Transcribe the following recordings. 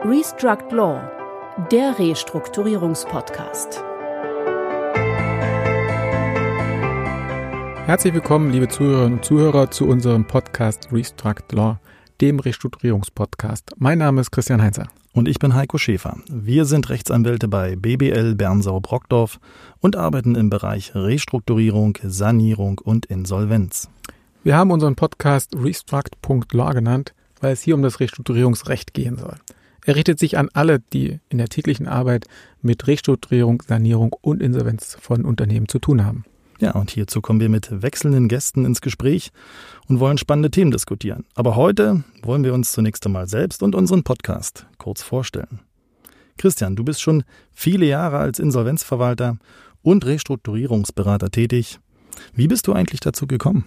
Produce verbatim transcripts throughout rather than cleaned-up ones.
Restruct Law, der Restrukturierungspodcast. Herzlich willkommen, liebe Zuhörerinnen und Zuhörer, zu unserem Podcast Restruct Law, dem Restrukturierungspodcast. Mein Name ist Christian Heinzer. Und ich bin Heiko Schäfer. Wir sind Rechtsanwälte bei B B L Bernsau-Brockdorff und arbeiten im Bereich Restrukturierung, Sanierung und Insolvenz. Wir haben unseren Podcast Restruct Punkt Law genannt, weil es hier um das Restrukturierungsrecht gehen soll. Er richtet sich an alle, die in der täglichen Arbeit mit Restrukturierung, Sanierung und Insolvenz von Unternehmen zu tun haben. Ja, und hierzu kommen wir mit wechselnden Gästen ins Gespräch und wollen spannende Themen diskutieren. Aber heute wollen wir uns zunächst einmal selbst und unseren Podcast kurz vorstellen. Christian, du bist schon viele Jahre als Insolvenzverwalter und Restrukturierungsberater tätig. Wie bist du eigentlich dazu gekommen?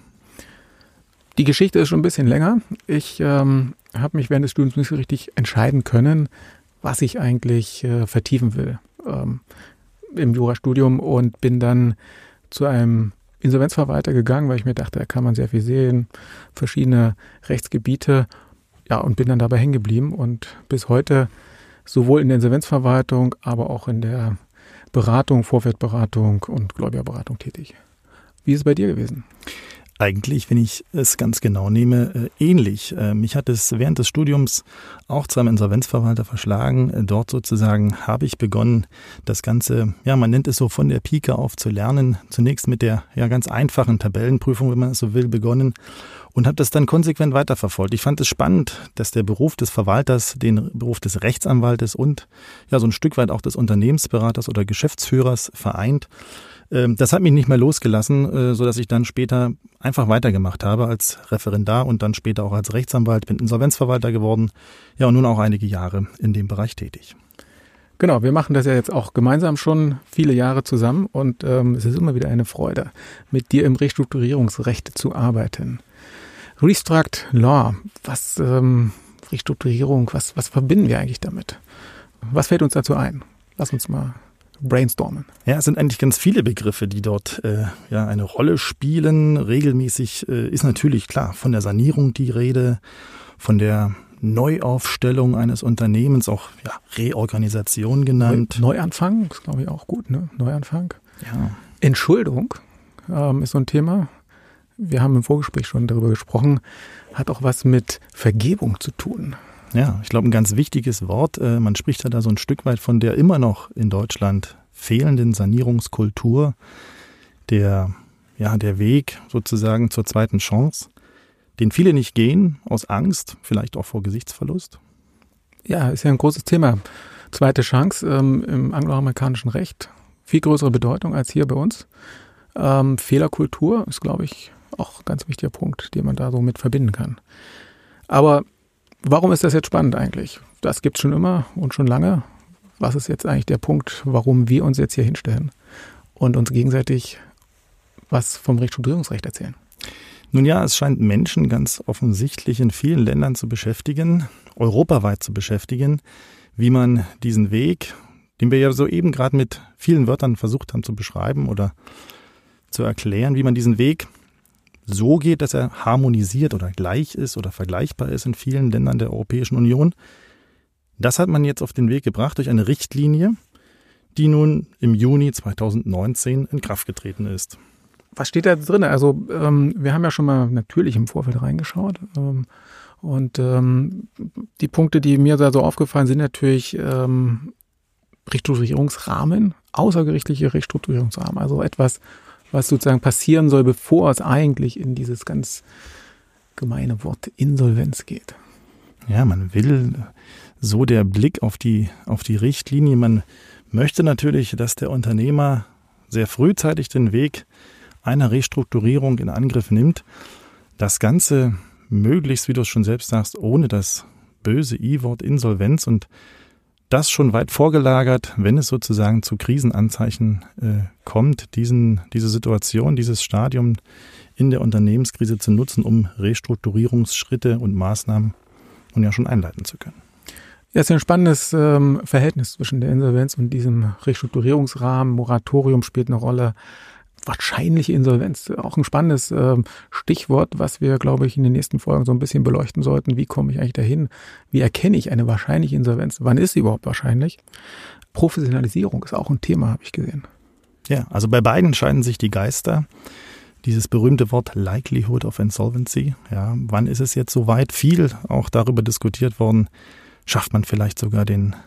Die Geschichte ist schon ein bisschen länger. Ich ähm, habe mich während des Studiums nicht so richtig entscheiden können, was ich eigentlich äh, vertiefen will ähm, im Jurastudium, und bin dann zu einem Insolvenzverwalter gegangen, weil ich mir dachte, da kann man sehr viel sehen, verschiedene Rechtsgebiete, ja, und bin dann dabei hängen geblieben und bis heute sowohl in der Insolvenzverwaltung, aber auch in der Beratung, Vorfeldberatung und Gläubigerberatung tätig. Wie ist es bei dir gewesen? Eigentlich, wenn ich es ganz genau nehme, ähnlich. Mich hat es während des Studiums auch zu einem Insolvenzverwalter verschlagen. Dort sozusagen habe ich begonnen, das Ganze, ja, man nennt es so, von der Pike auf zu lernen. Zunächst mit der ja ganz einfachen Tabellenprüfung, wenn man es so will, begonnen und habe das dann konsequent weiterverfolgt. Ich fand es spannend, dass der Beruf des Verwalters den Beruf des Rechtsanwaltes und ja so ein Stück weit auch des Unternehmensberaters oder Geschäftsführers vereint. Das hat mich nicht mehr losgelassen, sodass ich dann später einfach weitergemacht habe als Referendar und dann später auch als Rechtsanwalt, bin Insolvenzverwalter geworden, ja, und nun auch einige Jahre in dem Bereich tätig. Genau, wir machen das ja jetzt auch gemeinsam schon viele Jahre zusammen und ähm, es ist immer wieder eine Freude, mit dir im Restrukturierungsrecht zu arbeiten. Restruct Law, was ähm, Restrukturierung, was, was verbinden wir eigentlich damit? Was fällt uns dazu ein? Lass uns mal brainstormen. Ja, es sind eigentlich ganz viele Begriffe, die dort äh, ja eine Rolle spielen. Regelmäßig äh, ist natürlich klar von der Sanierung die Rede, von der Neuaufstellung eines Unternehmens, auch ja, Reorganisation genannt. Neuanfang ist, glaube ich, auch gut, ne? Neuanfang. Ja. Entschuldung ähm, ist so ein Thema. Wir haben im Vorgespräch schon darüber gesprochen, hat auch was mit Vergebung zu tun. Ja, ich glaube, ein ganz wichtiges Wort. Man spricht ja da so ein Stück weit von der immer noch in Deutschland fehlenden Sanierungskultur, der, ja, der Weg sozusagen zur zweiten Chance, den viele nicht gehen, aus Angst, vielleicht auch vor Gesichtsverlust. Ja, ist ja ein großes Thema. Zweite Chance ähm, im angloamerikanischen Recht, viel größere Bedeutung als hier bei uns. Ähm, Fehlerkultur ist, glaube ich, auch ein ganz wichtiger Punkt, den man da so mit verbinden kann. Aber warum ist das jetzt spannend eigentlich? Das gibt es schon immer und schon lange. Was ist jetzt eigentlich der Punkt, warum wir uns jetzt hier hinstellen und uns gegenseitig was vom Restrukturierungsrecht erzählen? Nun ja, es scheint Menschen ganz offensichtlich in vielen Ländern zu beschäftigen, europaweit zu beschäftigen, wie man diesen Weg, den wir ja soeben gerade mit vielen Wörtern versucht haben zu beschreiben oder zu erklären, wie man diesen Weg so geht, dass er harmonisiert oder gleich ist oder vergleichbar ist in vielen Ländern der Europäischen Union. Das hat man jetzt auf den Weg gebracht durch eine Richtlinie, die nun im Juni zweitausendneunzehn in Kraft getreten ist. Was steht da drin? Also ähm, wir haben ja schon mal natürlich im Vorfeld reingeschaut ähm, und ähm, die Punkte, die mir da so aufgefallen sind, natürlich ähm, Restrukturierungsrahmen, außergerichtliche Restrukturierungsrahmen, also etwas, was sozusagen passieren soll, bevor es eigentlich in dieses ganz gemeine Wort Insolvenz geht. Ja, man will so der Blick auf die, auf die Richtlinie. Man möchte natürlich, dass der Unternehmer sehr frühzeitig den Weg einer Restrukturierung in Angriff nimmt. Das Ganze möglichst, wie du es schon selbst sagst, ohne das böse I-Wort Insolvenz und das schon weit vorgelagert, wenn es sozusagen zu Krisenanzeichen äh, kommt, diesen, diese Situation, dieses Stadium in der Unternehmenskrise zu nutzen, um Restrukturierungsschritte und Maßnahmen nun ja schon einleiten zu können. Ja, es ist ein spannendes ähm, Verhältnis zwischen der Insolvenz und diesem Restrukturierungsrahmen. Moratorium spielt eine Rolle. wahrscheinliche Insolvenz, auch ein spannendes äh, Stichwort, was wir, glaube ich, in den nächsten Folgen so ein bisschen beleuchten sollten. Wie komme ich eigentlich dahin? Wie erkenne ich eine wahrscheinliche Insolvenz? Wann ist sie überhaupt wahrscheinlich? Professionalisierung ist auch ein Thema, habe ich gesehen. Ja, also bei beiden scheiden sich die Geister. Dieses berühmte Wort Likelihood of Insolvency. Ja, wann ist es jetzt soweit? Viel auch darüber diskutiert worden. Schafft man vielleicht sogar den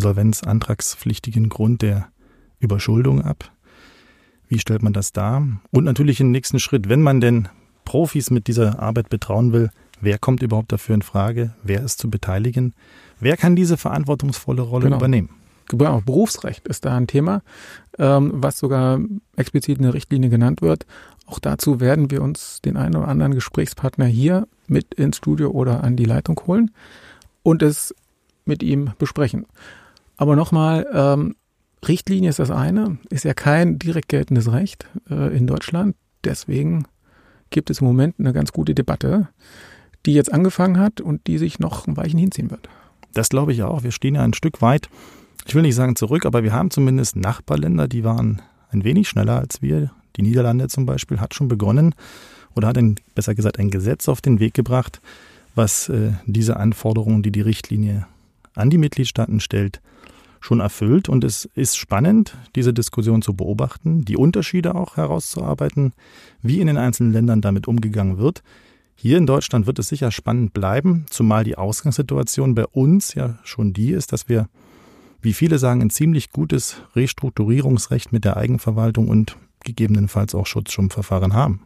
insolvenzantragspflichtigen Grund der Überschuldung ab? Wie stellt man das dar? Und natürlich im nächsten Schritt, wenn man denn Profis mit dieser Arbeit betrauen will, wer kommt überhaupt dafür in Frage? Wer ist zu beteiligen? Wer kann diese verantwortungsvolle Rolle genau. übernehmen? Genau, Berufsrecht ist da ein Thema, ähm, was sogar explizit in der Richtlinie genannt wird. Auch dazu werden wir uns den einen oder anderen Gesprächspartner hier mit ins Studio oder an die Leitung holen und es mit ihm besprechen. Aber nochmal, ähm, Richtlinie ist das eine, ist ja kein direkt geltendes Recht äh, in Deutschland. Deswegen gibt es im Moment eine ganz gute Debatte, die jetzt angefangen hat und die sich noch ein Weilchen hinziehen wird. Das glaube ich auch. Wir stehen ja ein Stück weit, ich will nicht sagen zurück, aber wir haben zumindest Nachbarländer, die waren ein wenig schneller als wir. Die Niederlande zum Beispiel hat schon begonnen oder hat ein, besser gesagt ein Gesetz auf den Weg gebracht, was äh, diese Anforderungen, die die Richtlinie an die Mitgliedstaaten stellt, schon erfüllt. Und es ist spannend, diese Diskussion zu beobachten, die Unterschiede auch herauszuarbeiten, wie in den einzelnen Ländern damit umgegangen wird. Hier in Deutschland wird es sicher spannend bleiben, zumal die Ausgangssituation bei uns ja schon die ist, dass wir, wie viele sagen, ein ziemlich gutes Restrukturierungsrecht mit der Eigenverwaltung und gegebenenfalls auch Schutzschirmverfahren haben.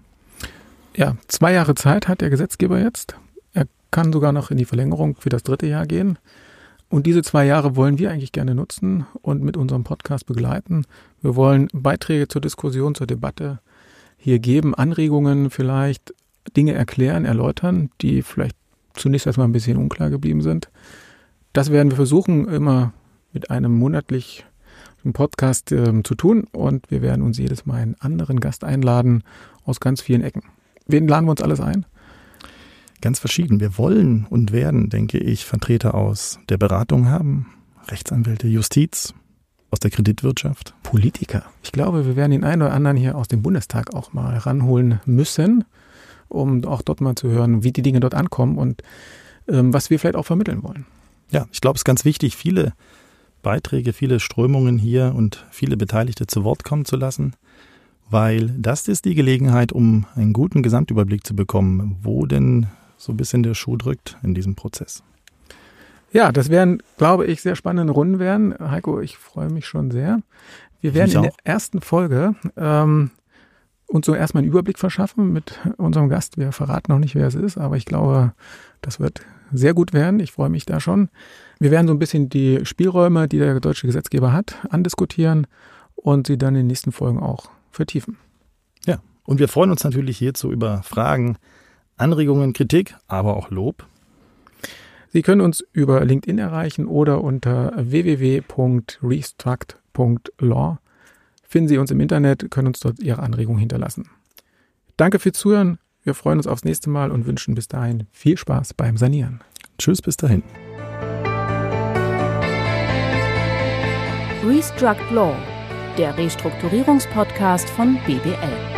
Ja, zwei Jahre Zeit hat der Gesetzgeber jetzt. Er kann sogar noch in die Verlängerung für das dritte Jahr gehen. Und diese zwei Jahre wollen wir eigentlich gerne nutzen und mit unserem Podcast begleiten. Wir wollen Beiträge zur Diskussion, zur Debatte hier geben, Anregungen vielleicht, Dinge erklären, erläutern, die vielleicht zunächst erstmal ein bisschen unklar geblieben sind. Das werden wir versuchen, immer mit einem monatlichen Podcast äh, zu tun. Und wir werden uns jedes Mal einen anderen Gast einladen aus ganz vielen Ecken. Wen laden wir uns alles ein? Ganz verschieden. Wir wollen und werden, denke ich, Vertreter aus der Beratung haben, Rechtsanwälte, Justiz, aus der Kreditwirtschaft. Politiker. Ich glaube, wir werden den einen oder anderen hier aus dem Bundestag auch mal ranholen müssen, um auch dort mal zu hören, wie die Dinge dort ankommen und ähm, was wir vielleicht auch vermitteln wollen. Ja, ich glaube, es ist ganz wichtig, viele Beiträge, viele Strömungen hier und viele Beteiligte zu Wort kommen zu lassen, weil das ist die Gelegenheit, um einen guten Gesamtüberblick zu bekommen, wo denn so ein bisschen der Schuh drückt in diesem Prozess. Ja, das werden, glaube ich, sehr spannende Runden werden. Heiko, ich freue mich schon sehr. Wir werden in der ersten Folge ähm, uns so erstmal einen Überblick verschaffen mit unserem Gast. Wir verraten noch nicht, wer es ist, aber ich glaube, das wird sehr gut werden. Ich freue mich da schon. Wir werden so ein bisschen die Spielräume, die der deutsche Gesetzgeber hat, andiskutieren und sie dann in den nächsten Folgen auch vertiefen. Ja, und wir freuen uns natürlich hierzu über Fragen, Anregungen, Kritik, aber auch Lob. Sie können uns über LinkedIn erreichen oder unter w w w punkt restruct punkt law. Finden Sie uns im Internet, können uns dort Ihre Anregungen hinterlassen. Danke fürs Zuhören. Wir freuen uns aufs nächste Mal und wünschen bis dahin viel Spaß beim Sanieren. Tschüss, bis dahin. Restruct Law, der Restrukturierungspodcast von B W L.